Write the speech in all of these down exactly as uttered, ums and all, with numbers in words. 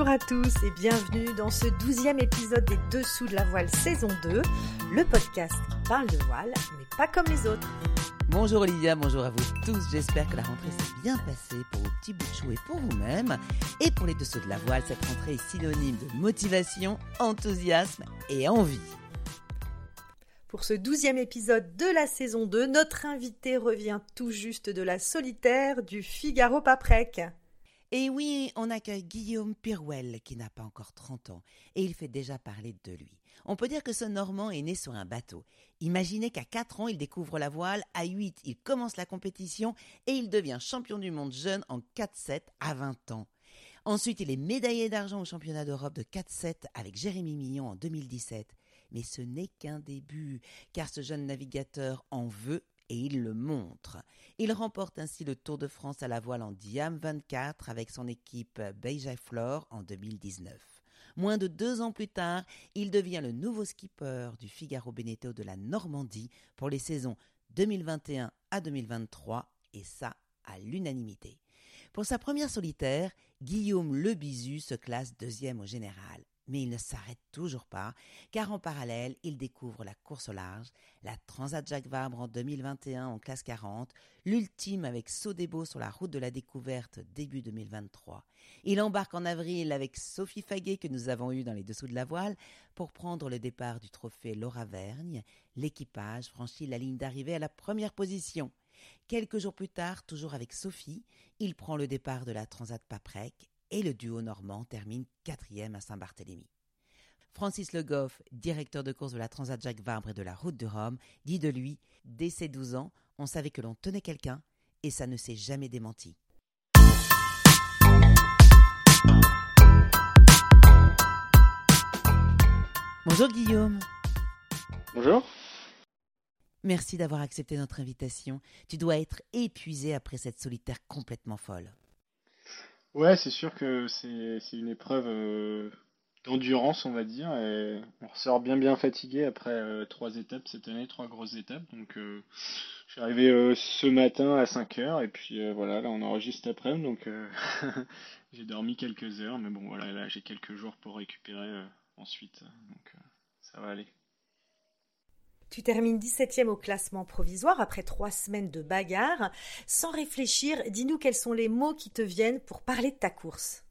Bonjour à tous et bienvenue dans ce douzième épisode des Dessous de la voile saison deux, le podcast qui parle de voile, mais pas comme les autres. Bonjour Olivia, bonjour à vous tous, j'espère que la rentrée s'est bien passée pour vos petits bouts de chou et pour vous-même. Et pour les Dessous de la voile, cette rentrée est synonyme de motivation, enthousiasme et envie. Pour ce douzième épisode de la saison deux, notre invité revient tout juste de la solitaire du Figaro-Paprec. Et oui, on accueille Guillaume Pirouel qui n'a pas encore trente ans et il fait déjà parler de lui. On peut dire que ce Normand est né sur un bateau. Imaginez qu'à quatre ans, il découvre la voile, à huit, il commence la compétition et il devient champion du monde jeune en quatre sept à vingt ans. Ensuite, il est médaillé d'argent au championnat d'Europe de quatre sept avec Jérémy Millon en deux mille dix-sept. Mais ce n'est qu'un début, car ce jeune navigateur en veut et il le montre. Il remporte ainsi le Tour de France à la voile en Diam vingt-quatre avec son équipe Beija Flor en deux mille dix-neuf. Moins de deux ans plus tard, il devient le nouveau skipper du Figaro Beneteau de la Normandie pour les saisons deux mille vingt et un à deux mille vingt-trois, et ça à l'unanimité. Pour sa première solitaire, Guillaume Le Bisu se classe deuxième au général. Mais il ne s'arrête toujours pas, car en parallèle, il découvre la course au large, la Transat Jacques Vabre en deux mille vingt et un en classe quarante, l'ultime avec Sodebo sur la route de la découverte début deux mille vingt-trois. Il embarque en avril avec Sophie Faguet que nous avons eue dans les Dessous de la voile pour prendre le départ du trophée Laura Vergne. L'équipage franchit la ligne d'arrivée à la première position. Quelques jours plus tard, toujours avec Sophie, il prend le départ de la Transat Paprec et le duo normand termine quatrième à Saint-Barthélemy. Francis Le Goff, directeur de course de la Transat Jacques Vabre et de la Route du Rhum, dit de lui « Dès ses douze ans, on savait que l'on tenait quelqu'un et ça ne s'est jamais démenti. » Bonjour Guillaume. Bonjour. Merci d'avoir accepté notre invitation. Tu dois être épuisé après cette solitaire complètement folle. Ouais, c'est sûr que c'est c'est une épreuve euh, d'endurance, on va dire, et on ressort bien bien fatigué après euh, trois étapes cette année, trois grosses étapes. Donc, euh, je suis arrivé euh, ce matin à cinq heures, et puis euh, voilà, là on enregistre après-midi, donc euh, j'ai dormi quelques heures, mais bon voilà, là j'ai quelques jours pour récupérer euh, ensuite, donc euh, ça va aller. Tu termines dix-septième au classement provisoire après trois semaines de bagarre. Sans réfléchir, dis-nous quels sont les mots qui te viennent pour parler de ta course.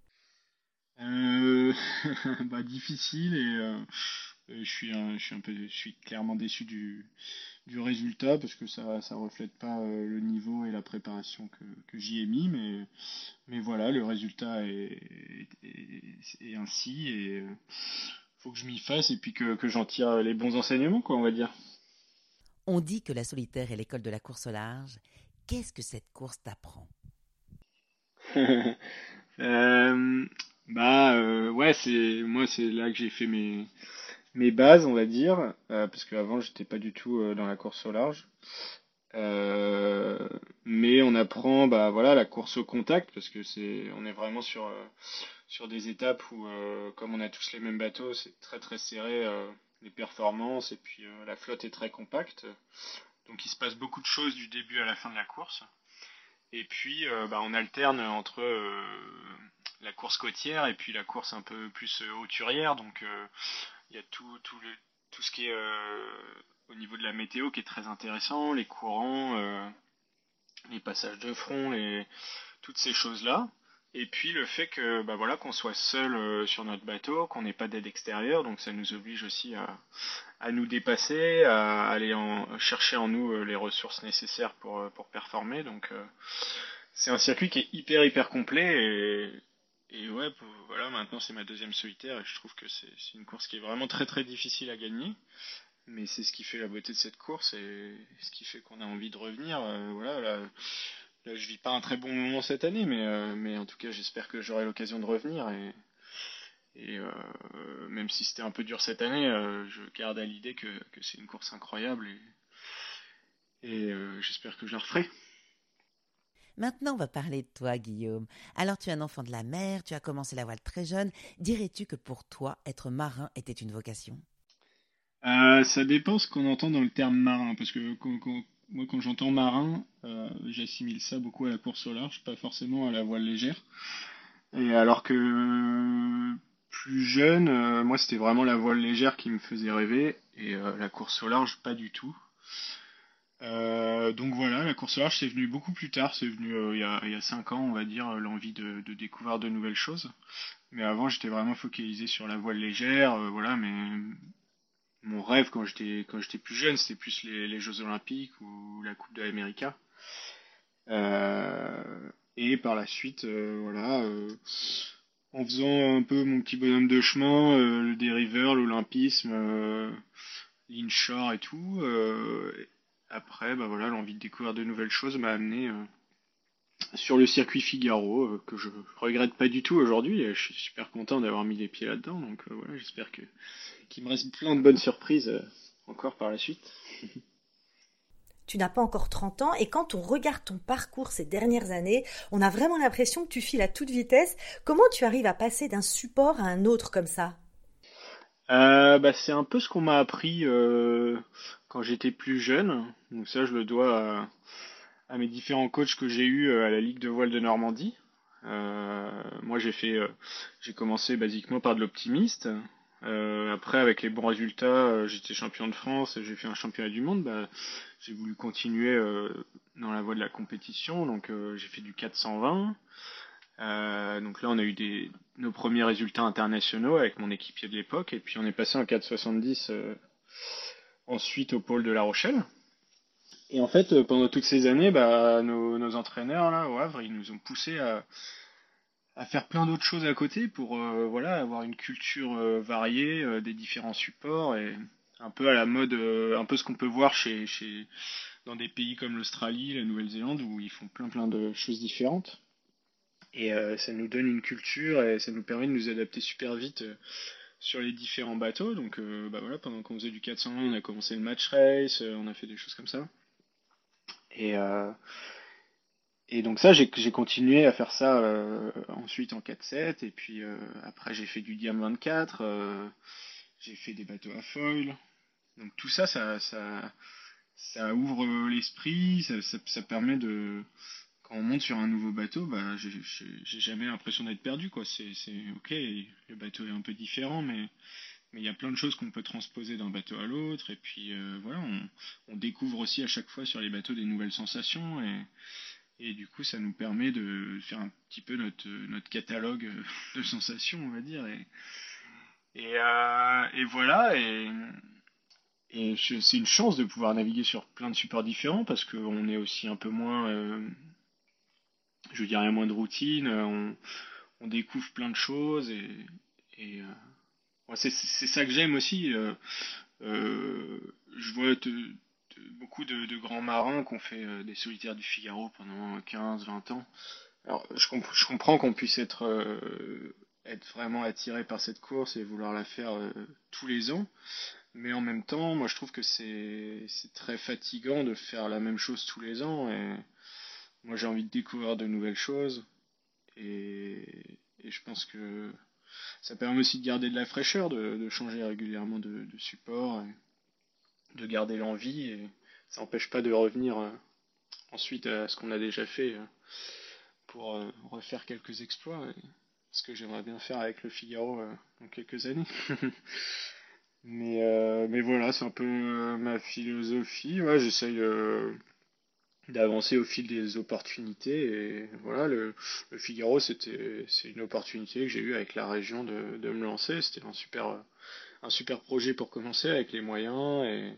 Euh, bah difficile et euh, euh, je suis un, je suis un peu, je suis clairement déçu du, du résultat parce que ça, ça reflète pas euh, le niveau et la préparation que, que j'y ai mis, mais, mais voilà, le résultat est, est, est ainsi et euh, faut que je m'y fasse et puis que, que j'en tire les bons enseignements, quoi, on va dire. On dit que la solitaire est l'école de la course au large. Qu'est-ce que cette course t'apprend ? Euh, bah euh, ouais, c'est moi c'est là que j'ai fait mes mes bases, on va dire, euh, parce qu'avant j'étais pas du tout euh, dans la course au large. Euh, mais on apprend bah voilà la course au contact parce que c'est on est vraiment sur euh, sur des étapes où euh, comme on a tous les mêmes bateaux, c'est très très serré euh, les performances et puis euh, la flotte est très compacte. Donc il se passe beaucoup de choses du début à la fin de la course. Et puis, euh, bah, on alterne entre euh, la course côtière et puis la course un peu plus euh, hauturière. Donc, euh, il y a tout, tout, le, tout ce qui est euh, au niveau de la météo qui est très intéressant, les courants, euh, les passages de front, les, toutes ces choses-là. Et puis le fait que bah voilà qu'on soit seul euh, sur notre bateau, qu'on n'ait pas d'aide extérieure, donc ça nous oblige aussi à, à nous dépasser, à aller en, chercher en nous euh, les ressources nécessaires pour, euh, pour performer. Donc euh, c'est un circuit qui est hyper hyper complet et, et ouais pour- voilà maintenant c'est ma deuxième solitaire et je trouve que c'est c'est une course qui est vraiment très très difficile à gagner. Mais c'est ce qui fait la beauté de cette course et ce qui fait qu'on a envie de revenir. Euh, voilà, là, là, je vis pas un très bon moment cette année, mais, euh, mais en tout cas, j'espère que j'aurai l'occasion de revenir. Et, et euh, même si c'était un peu dur cette année, euh, je garde à l'idée que, que c'est une course incroyable et, et euh, j'espère que je la referai. Maintenant, on va parler de toi, Guillaume. Alors, tu es un enfant de la mer, tu as commencé la voile très jeune. Dirais-tu que pour toi, être marin était une vocation ? Euh, ça dépend ce qu'on entend dans le terme marin, parce que quand, quand- moi, quand j'entends marin, euh, j'assimile ça beaucoup à la course au large, pas forcément à la voile légère. Et alors que euh, plus jeune, euh, moi c'était vraiment la voile légère qui me faisait rêver et euh, la course au large pas du tout. Euh, donc voilà, la course au large c'est venu beaucoup plus tard, c'est venu euh, il y a, il y a cinq ans on va dire, euh, l'envie de, de découvrir de nouvelles choses. Mais avant j'étais vraiment focalisé sur la voile légère, euh, voilà, mais mon rêve quand j'étais quand j'étais plus jeune c'était plus les, les Jeux Olympiques ou la Coupe de l'América. Euh, et par la suite, euh, voilà, euh, en faisant un peu mon petit bonhomme de chemin, euh, le dériveur, l'olympisme, euh, l'inshore et tout. Euh, après, bah voilà, l'envie de découvrir de nouvelles choses m'a amené euh, sur le circuit Figaro, euh, que je regrette pas du tout aujourd'hui. Et je suis super content d'avoir mis les pieds là-dedans. Donc euh, voilà, j'espère que qu'il me reste plein de bonnes surprises euh, encore par la suite. Tu n'as pas encore trente ans et quand on regarde ton parcours ces dernières années, on a vraiment l'impression que tu files à toute vitesse. Comment tu arrives à passer d'un support à un autre comme ça? Euh, bah, c'est un peu ce qu'on m'a appris euh, quand j'étais plus jeune. Donc ça, je le dois à, à mes différents coachs que j'ai eus euh, à la Ligue de voile de Normandie. Euh, moi, j'ai fait, euh, j'ai commencé basiquement par de l'optimiste. Euh, après, avec les bons résultats, euh, j'étais champion de France, j'ai fait un championnat du monde. Bah, j'ai voulu continuer euh, dans la voie de la compétition, donc euh, j'ai fait du quatre cent vingt. Euh, donc là, on a eu des, nos premiers résultats internationaux avec mon équipier de l'époque, et puis on est passé en quatre soixante-dix euh, ensuite au pôle de La Rochelle. Et en fait, euh, pendant toutes ces années, bah, nos, nos entraîneurs là au Havre, ils nous ont poussé à, à faire plein d'autres choses à côté pour euh, voilà avoir une culture euh, variée euh, des différents supports et un peu à la mode, euh, un peu ce qu'on peut voir chez, chez dans des pays comme l'Australie, la Nouvelle-Zélande où ils font plein plein de choses différentes. Et euh, ça nous donne une culture et ça nous permet de nous adapter super vite euh, sur les différents bateaux. Donc euh, bah voilà, pendant qu'on faisait du quatre cent vingt, on a commencé le match race, euh, on a fait des choses comme ça. Et, euh, et donc ça, j'ai j'ai continué à faire ça euh, ensuite en quatre sept. Et puis euh, après, j'ai fait du Diam vingt-quatre, euh, j'ai fait des bateaux à foil. Donc tout ça, ça, ça, ça ouvre l'esprit, ça, ça, ça permet de, quand on monte sur un nouveau bateau, bah, j'ai j'ai- j'ai jamais l'impression d'être perdu, quoi. C'est, c'est ok, le bateau est un peu différent, mais mais il y a plein de choses qu'on peut transposer d'un bateau à l'autre. Et puis euh, voilà, on, on découvre aussi à chaque fois sur les bateaux des nouvelles sensations. Et, et du coup, ça nous permet de faire un petit peu notre, notre catalogue de sensations, on va dire. Et, et, euh, et voilà, et, et je- c'est une chance de pouvoir naviguer sur plein de supports différents parce qu'on est aussi un peu moins, euh, je dirais, il y a moins de routine, euh, on, on découvre plein de choses et, et euh, ouais, c'est c'est ça que j'aime aussi. euh, euh, je vois de- de- beaucoup de, de grands marins qui ont fait euh, des solitaires du Figaro pendant quinze vingt ans. Alors, je, comp- je comprends qu'on puisse être, euh, être vraiment attiré par cette course et vouloir la faire euh, tous les ans, mais en même temps, moi je trouve que c'est c'est très fatigant de faire la même chose tous les ans et moi j'ai envie de découvrir de nouvelles choses. Et, et je pense que ça permet aussi de garder de la fraîcheur, de, de changer régulièrement de, de support, et de garder l'envie. Et ça n'empêche pas de revenir euh, ensuite à ce qu'on a déjà fait euh, pour euh, refaire quelques exploits. Et ce que j'aimerais bien faire avec le Figaro euh, dans quelques années. mais, euh, mais voilà, c'est un peu euh, ma philosophie. Ouais, j'essaye euh, d'avancer au fil des opportunités et voilà le, le Figaro c'était c'est une opportunité que j'ai eue avec la région de, de me lancer, c'était un super un super projet pour commencer avec les moyens et,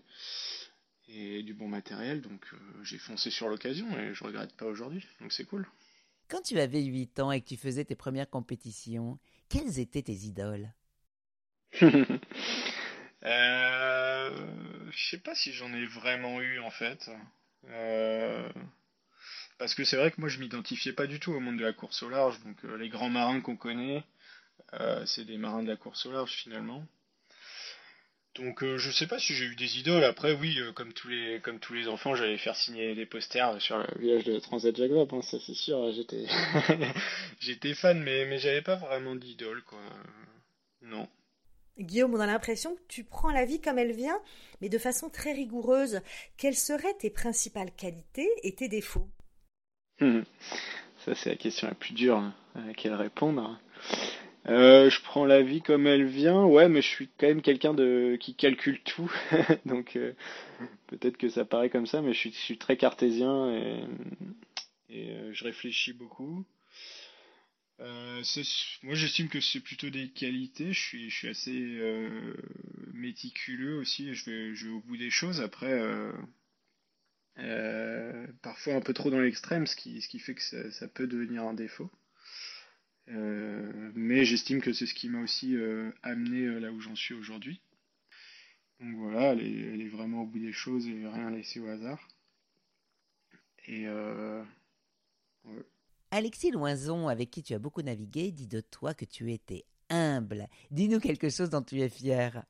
et du bon matériel donc euh, j'ai foncé sur l'occasion et je regrette pas aujourd'hui donc c'est cool. Quand tu avais huit ans et que tu faisais tes premières compétitions, quelles étaient tes idoles? euh, je sais pas si j'en ai vraiment eu en fait. Euh, parce que c'est vrai que moi je m'identifiais pas du tout au monde de la course au large donc euh, les grands marins qu'on connaît. Euh, c'est des marins de la course au large finalement. Donc euh, je sais pas si j'ai eu des idoles. Après oui, euh, comme tous les comme tous les enfants, j'allais faire signer des posters sur le village de Transat Jacques Vabre, hein, ça c'est sûr. J'étais j'étais fan, mais mais j'avais pas vraiment d'idole quoi. Euh, Non. Guillaume, on a l'impression que tu prends la vie comme elle vient, mais de façon très rigoureuse. Quelles seraient tes principales qualités et tes défauts? Ça, c'est la question la plus dure hein, à laquelle répondre. Euh, je prends la vie comme elle vient, ouais, mais je suis quand même quelqu'un de qui calcule tout, donc euh, peut-être que ça paraît comme ça, mais je suis, je suis très cartésien et, et, euh, je réfléchis beaucoup. Euh, c'est- moi, j'estime que c'est plutôt des qualités. Je suis, je suis assez euh, méticuleux aussi. Je vais, je vais au bout des choses. Après, euh, euh, parfois un peu trop dans l'extrême, ce qui, ce qui fait que ça, ça peut devenir un défaut. Euh, mais j'estime que c'est ce qui m'a aussi euh, amené euh, là où j'en suis aujourd'hui. Donc voilà, elle est, elle est vraiment au bout des choses et rien laissé au hasard. Et euh, ouais. Alexis Loinzon, avec qui tu as beaucoup navigué, dit de toi que tu étais humble. Dis-nous quelque chose dont tu es fier.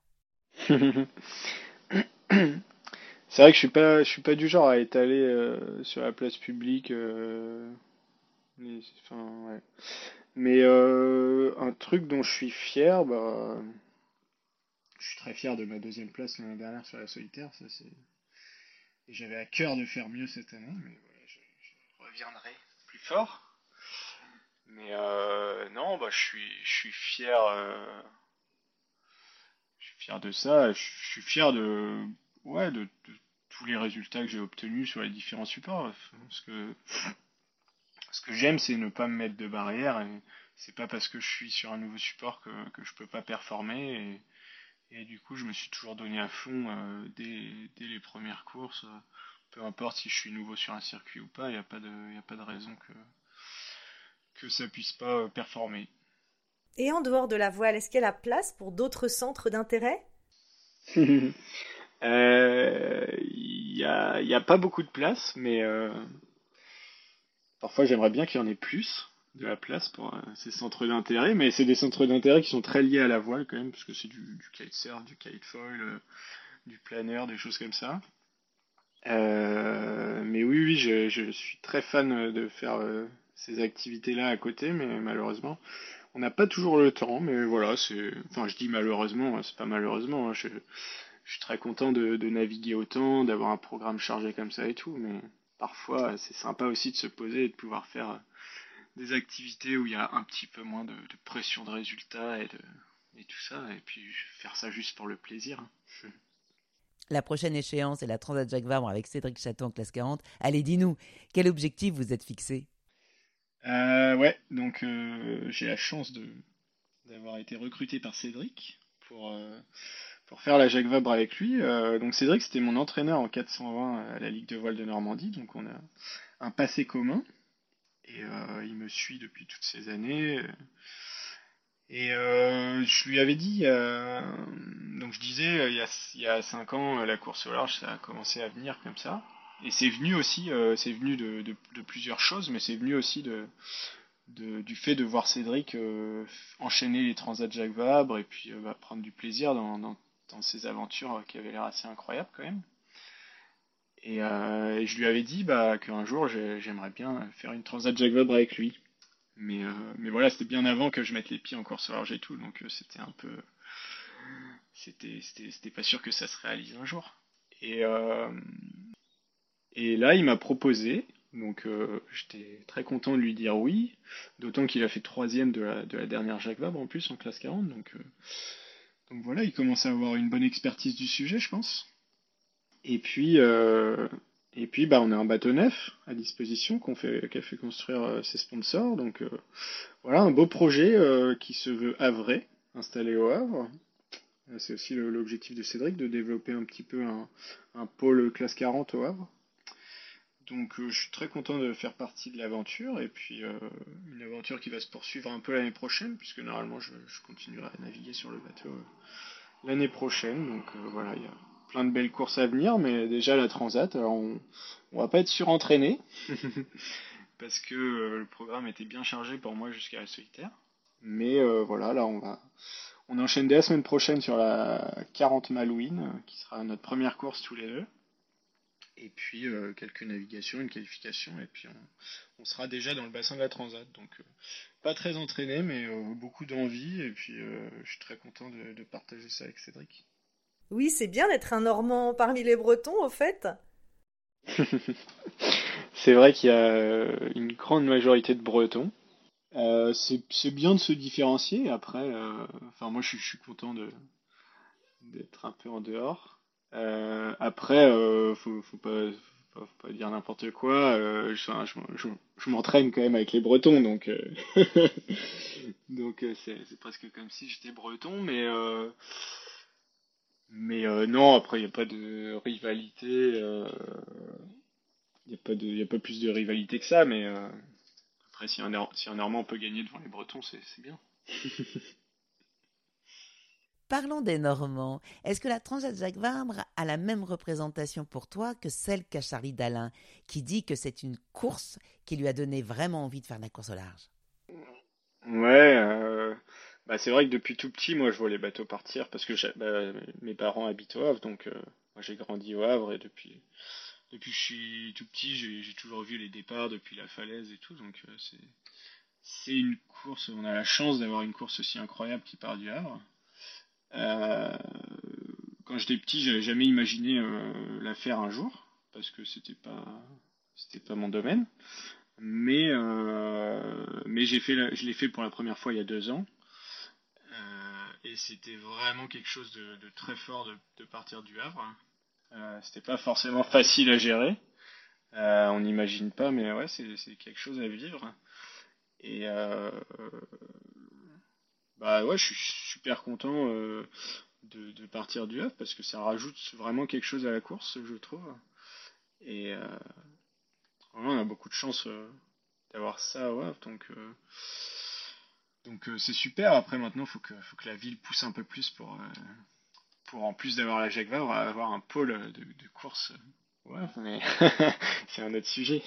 C'est vrai que je suis pas, je suis pas du genre à étaler euh, sur la place publique. Euh, les- enfin, ouais. Mais euh, un truc dont je suis fier, bah, je suis très fier de ma deuxième place l'année dernière sur la solitaire. Ça, c'est... Et j'avais à cœur de faire mieux cette année, mais voilà, je, je reviendrai plus fort. Mais euh, non, bah, je suis, je suis fier, euh, je suis fier de ça. Je, je suis fier de, ouais, de, de tous les résultats que j'ai obtenus sur les différents supports. Parce que ce que j'aime, c'est ne pas me mettre de barrière. Et c'est pas parce que je suis sur un nouveau support que, que je peux pas performer. Et, et du coup, je me suis toujours donné à fond euh, dès, dès les premières courses. Peu importe si je suis nouveau sur un circuit ou pas, il n'y a pas de, y a pas de raison que, que ça puisse pas euh, performer. Et en dehors de la voile, est-ce qu'il y a la place pour d'autres centres d'intérêt? Euh, Il y a, y a pas beaucoup de place, mais euh, parfois j'aimerais bien qu'il y en ait plus de la place pour euh, ces centres d'intérêt, mais c'est des centres d'intérêt qui sont très liés à la voile quand même, parce que c'est du, du kitesurf, du kitefoil, euh, du planeur, des choses comme ça. Euh, mais oui, oui, je, je suis très fan de faire euh, ces activités-là à côté, mais malheureusement, on n'a pas toujours le temps. Mais voilà, c'est, enfin, je dis malheureusement, c'est pas malheureusement. Hein, je, je suis très content de, de naviguer autant, d'avoir un programme chargé comme ça et tout, mais parfois c'est sympa aussi de se poser et de pouvoir faire des activités où il y a un petit peu moins de, de pression de résultats et, de, et tout ça, et puis faire ça juste pour le plaisir. La prochaine échéance est la Transat Jacques Vabre avec Cédric Chaton en classe quarante. Allez, dis-nous, quel objectif vous êtes fixé? Euh, ouais, donc euh, j'ai la chance de d'avoir été recruté par Cédric pour, euh, pour faire la Jacques Vabre avec lui. Euh, donc Cédric, c'était mon entraîneur en quatre cent vingt à la Ligue de voile de Normandie, donc on a un passé commun. Et euh, il me suit depuis toutes ces années. Et euh, je lui avais dit, euh, donc je disais, il y a, il y a cinq ans, la course au large, ça a commencé à venir comme ça. Et c'est venu aussi, euh, c'est venu de, de, de plusieurs choses, mais c'est venu aussi de, de, du fait de voir Cédric euh, enchaîner les Transats Jacques Vabre et puis euh, bah, prendre du plaisir dans, dans, dans ces aventures qui avaient l'air assez incroyables quand même. Et, euh, et je lui avais dit bah, qu'un jour j'aimerais bien faire une Transat Jacques Vabre avec lui. Mais, euh, mais voilà, c'était bien avant que je mette les pieds en course au large et tout, donc euh, c'était un peu. C'était, c'était, c'était pas sûr que ça se réalise un jour. Et, euh, et là, il m'a proposé, donc euh, j'étais très content de lui dire oui, d'autant qu'il a fait troisième de la, de la dernière Jacques Vabre en plus en classe quarante, donc, euh, donc voilà, il commence à avoir une bonne expertise du sujet, je pense. Et puis, euh, et puis bah, on a un bateau neuf à disposition qu'on fait, qu'a fait construire euh, ses sponsors, donc. Euh, Voilà un beau projet euh, qui se veut havrais, installé au Havre. Euh, C'est aussi le- l'objectif de Cédric de développer un petit peu un, un pôle classe quarante au Havre. Donc euh, je suis très content de faire partie de l'aventure et puis euh, une aventure qui va se poursuivre un peu l'année prochaine puisque normalement je, je continuerai à naviguer sur le bateau euh, l'année prochaine. Donc euh, voilà, il y a plein de belles courses à venir, mais déjà la Transat, alors on, on va pas être surentraîné parce que euh, le programme était bien chargé pour moi jusqu'à la solitaire. Mais euh, voilà, là on va on enchaîne dès la semaine prochaine sur la quarante Malouine, euh, qui sera notre première course tous les deux. Et puis euh, quelques navigations, une qualification, et puis on, on sera déjà dans le bassin de la Transat. Donc euh, pas très entraîné, mais euh, beaucoup d'envie, et puis euh, je suis très content de, de partager ça avec Cédric. Oui, c'est bien d'être un Normand parmi les Bretons, au fait. c'est vrai qu'il y a une grande majorité de Bretons. Euh, c'est, c'est bien de se différencier. Après, euh, enfin moi je suis, je suis content de, d'être un peu en dehors. Euh, après, euh, faut, faut pas, faut pas, faut pas dire n'importe quoi. Euh, je, enfin, je, je- je m'entraîne quand même avec les Bretons, donc euh, donc euh, c'est, c'est presque comme si j'étais Breton, mais euh, mais euh, non. Après, il n'y a pas de rivalité. euh, Il y a pas de, y a pas plus de rivalité que ça, mais euh, après, si un, Nor- si un Normand peut gagner devant les Bretons, c'est c'est bien. Parlons des Normands. Est-ce que la Transat Jacques Vabre a la même représentation pour toi que celle qu'a Charlie Dalin, qui dit que c'est une course qui lui a donné vraiment envie de faire de la course au large? Ouais, euh, bah c'est vrai que depuis tout petit, moi, je vois les bateaux partir parce que j'ai- bah, mes parents habitent au Havre, donc euh, moi j'ai grandi au Havre et depuis depuis que je suis tout petit, j'ai j'ai toujours vu les départs depuis la falaise et tout, donc euh, c'est c'est une course. On a la chance d'avoir une course aussi incroyable qui part du Havre. Euh, Quand j'étais petit, j'avais jamais imaginé euh, la faire un jour parce que c'était pas c'était pas mon domaine. Mais euh, mais j'ai fait la- je l'ai fait pour la première fois il y a deux ans. Euh, et c'était vraiment quelque chose de, de très fort de, de partir du Havre. Euh, c'était pas forcément facile à gérer. Euh, on n'imagine pas, mais ouais, c'est c'est quelque chose à vivre. Et euh, bah ouais, je suis super content euh, de, de partir du Havre parce que ça rajoute vraiment quelque chose à la course, je trouve. Et euh, vraiment, on a beaucoup de chance euh, d'avoir ça au Havre, donc euh, donc euh, c'est super. Après, maintenant, faut que faut que la ville pousse un peu plus pour euh, pour en plus d'avoir la Jacques Vabre, avoir un pôle de, de course. Ouais, mais c'est un autre sujet.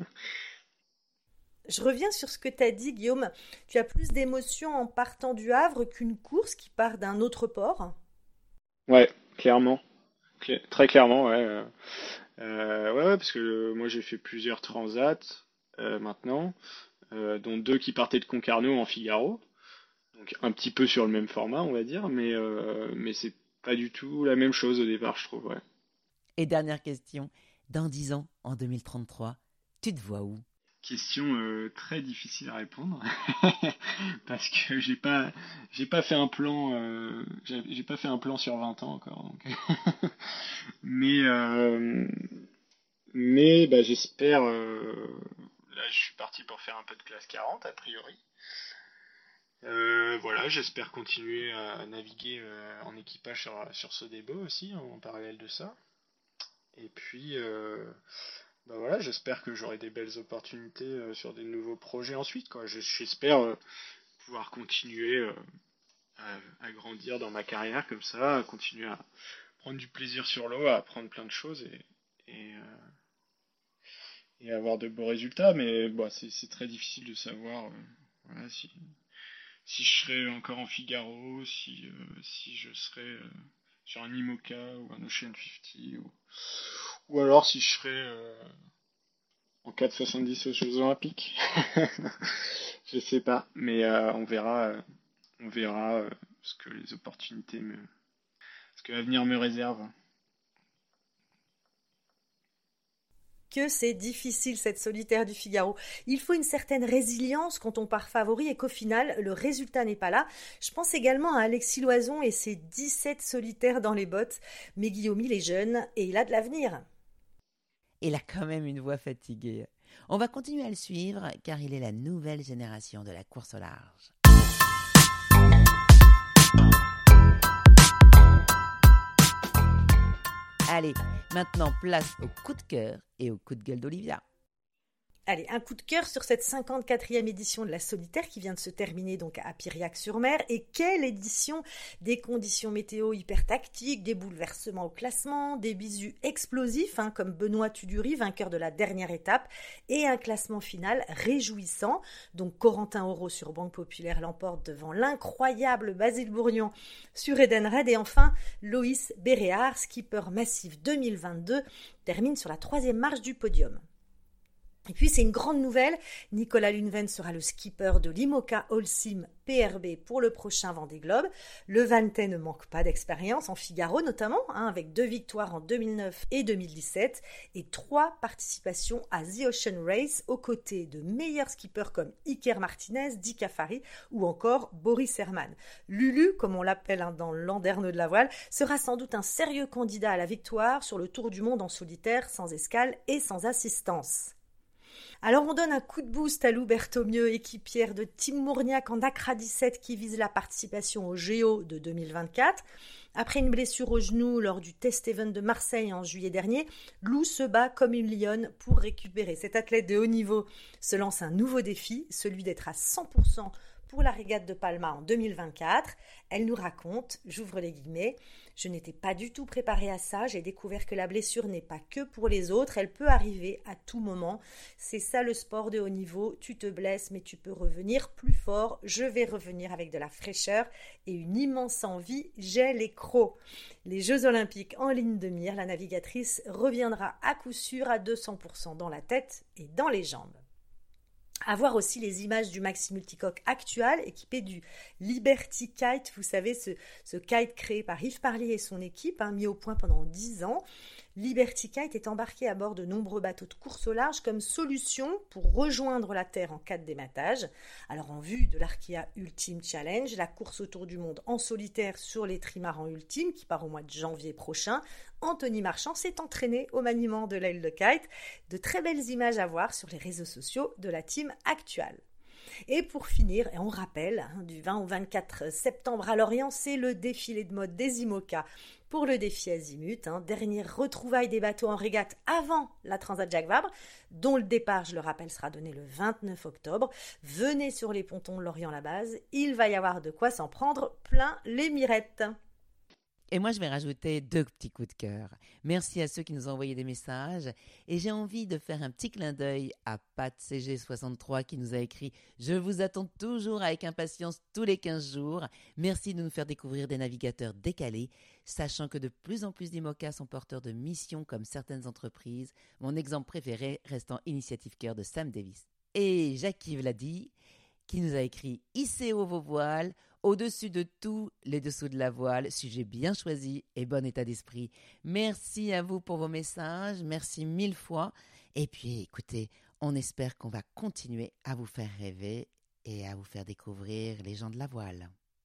Je reviens sur ce que tu as dit, Guillaume. Tu as plus d'émotions en partant du Havre qu'une course qui part d'un autre port. Ouais, clairement. Cla- très clairement, ouais. Euh, euh, ouais, ouais, parce que euh, moi j'ai fait plusieurs transats euh, maintenant, euh, dont deux qui partaient de Concarneau en Figaro. Donc un petit peu sur le même format, on va dire, mais, euh, mais c'est pas du tout la même chose au départ, je trouve, ouais. Et dernière question, dans dix ans, en deux mille trente-trois, tu te vois où? Question euh, très difficile à répondre parce que j'ai pas j'ai pas fait un plan euh, j'ai j'ai pas fait un plan sur vingt ans encore donc mais euh, mais bah, j'espère euh, là je suis parti pour faire un peu de classe quarante a priori. Euh, voilà, j'espère continuer à naviguer euh, en équipage sur, sur ce débat aussi en parallèle de ça. Et puis euh, bah voilà, j'espère que j'aurai des belles opportunités euh, sur des nouveaux projets ensuite, quoi. J'espère euh, pouvoir continuer euh, à, à grandir dans ma carrière comme ça, à continuer à prendre du plaisir sur l'eau, à apprendre plein de choses et, et, euh, et avoir de beaux résultats. Mais bon, c'est c'est très difficile de savoir euh, voilà, si, si je serai encore en Figaro, si, euh, si je serai euh, sur un IMOCA ou un Ocean cinquante ou, ou alors si je serai euh, en quatre soixante-dix aux Jeux Olympiques. Je sais pas, mais euh, on verra, euh, on verra euh, ce que les opportunités me, ce que l'avenir me réserve. Que c'est difficile cette solitaire du Figaro. Il faut une certaine résilience quand on part favori et qu'au final, le résultat n'est pas là. Je pense également à Alexis Loison et ses dix-sept solitaires dans les bottes. Mais Guillaume, il est jeune et il a de l'avenir. Il a quand même une voix fatiguée. On va continuer à le suivre car il est la nouvelle génération de la course au large. Allez, maintenant place au coup de cœur et au coup de gueule d'Olivia. Allez, un coup de cœur sur cette cinquante-quatrième édition de la solitaire qui vient de se terminer donc à Piriac-sur-Mer. Et quelle édition! Des conditions météo hyper tactiques, des bouleversements au classement, des bisous explosifs hein, comme Benoît Tudury, vainqueur de la dernière étape, et un classement final réjouissant. Donc Corentin Auro sur Banque Populaire l'emporte devant l'incroyable Basile Bourgnon sur Edenred. Et enfin, Loïs Béréard, skipper massif deux mille vingt-deux, termine sur la troisième marche du podium. Et puis c'est une grande nouvelle, Nicolas Lunven sera le skipper de l'IMOCA Holcim P R B pour le prochain Vendée Globe. Le Vantais ne manque pas d'expérience, en Figaro notamment, hein, avec deux victoires en deux mille neuf et deux mille dix-sept et trois participations à The Ocean Race aux côtés de meilleurs skippers comme Iker Martinez, Dick Afari ou encore Boris Herrmann. Lulu, comme on l'appelle hein, dans Landerneau de la voile, sera sans doute un sérieux candidat à la victoire sur le Tour du Monde en solitaire, sans escale et sans assistance. Alors on donne un coup de boost à Lou Berthommieux, équipière de Tim Mourniac en Accra dix-sept qui vise la participation au G O de deux mille vingt-quatre. Après une blessure au genou lors du Test Event de Marseille en juillet dernier, Lou se bat comme une lionne pour récupérer. Cette athlète de haut niveau se lance un nouveau défi, celui d'être à cent pour cent pour la régate de Palma en deux mille vingt-quatre. Elle nous raconte, j'ouvre les guillemets, « Je n'étais pas du tout préparée à ça, j'ai découvert que la blessure n'est pas que pour les autres, elle peut arriver à tout moment. C'est ça le sport de haut niveau, tu te blesses mais tu peux revenir plus fort, je vais revenir avec de la fraîcheur et une immense envie, j'ai les crocs. » Les Jeux Olympiques en ligne de mire, la navigatrice reviendra à coup sûr à deux cents pour cent dans la tête et dans les jambes. À voir aussi les images du maxi multicoque actual équipé du Liberty Kite, vous savez ce, ce kite créé par Yves Parly et son équipe, hein, mis au point pendant dix ans. Liberty Kite est embarqué à bord de nombreux bateaux de course au large comme solution pour rejoindre la Terre en cas de dématage. Alors en vue de l'Arkea Ultime Challenge, la course autour du monde en solitaire sur les trimarans ultimes qui part au mois de janvier prochain, Anthony Marchand s'est entraîné au maniement de l'aile de kite. De très belles images à voir sur les réseaux sociaux de la team actuelle. Et pour finir, et on rappelle, hein, du vingt au vingt-quatre septembre à Lorient, c'est le défilé de mode des IMOCA pour le défi Azimut, hein, dernière retrouvaille des bateaux en régate avant la Transat Jacques Vabre, dont le départ, je le rappelle, sera donné le vingt-neuf octobre. Venez sur les pontons de Lorient-la-Base, il va y avoir de quoi s'en prendre plein les mirettes. Et moi, je vais rajouter deux petits coups de cœur. Merci à ceux qui nous ont envoyé des messages. Et j'ai envie de faire un petit clin d'œil à Pat C G soixante-trois qui nous a écrit « Je vous attends toujours avec impatience tous les quinze jours. Merci de nous faire découvrir des navigateurs décalés, sachant que de plus en plus d'IMOCA sont porteurs de missions comme certaines entreprises. Mon exemple préféré restant Initiative Cœur de Sam Davis. » Et Jacques-Yves l'a dit, qui nous a écrit « Hissez haut vos voiles ». Au-dessus de tout, les dessous de la voile, sujet bien choisi et bon état d'esprit. Merci à vous pour vos messages, merci mille fois. Et puis écoutez, on espère qu'on va continuer à vous faire rêver et à vous faire découvrir les gens de la voile.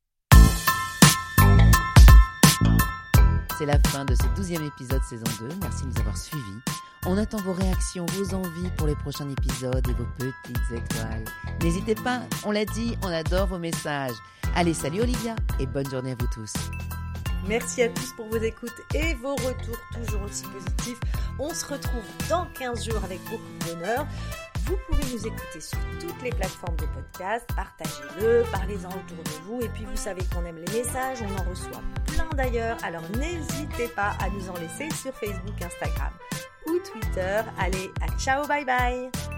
C'est la fin de ce douzième épisode saison deux, merci de nous avoir suivis. On attend vos réactions, vos envies pour les prochains épisodes et vos petites étoiles. N'hésitez pas, on l'a dit, on adore vos messages. Allez, salut Olivia et bonne journée à vous tous. Merci à tous pour vos écoutes et vos retours toujours aussi positifs. On se retrouve dans quinze jours avec beaucoup de bonheur. Vous pouvez nous écouter sur toutes les plateformes de podcast, partagez-le, parlez-en autour de vous. Et puis vous savez qu'on aime les messages, on en reçoit plein d'ailleurs. Alors n'hésitez pas à nous en laisser sur Facebook, Instagram ou Twitter. Allez, à ciao, bye bye.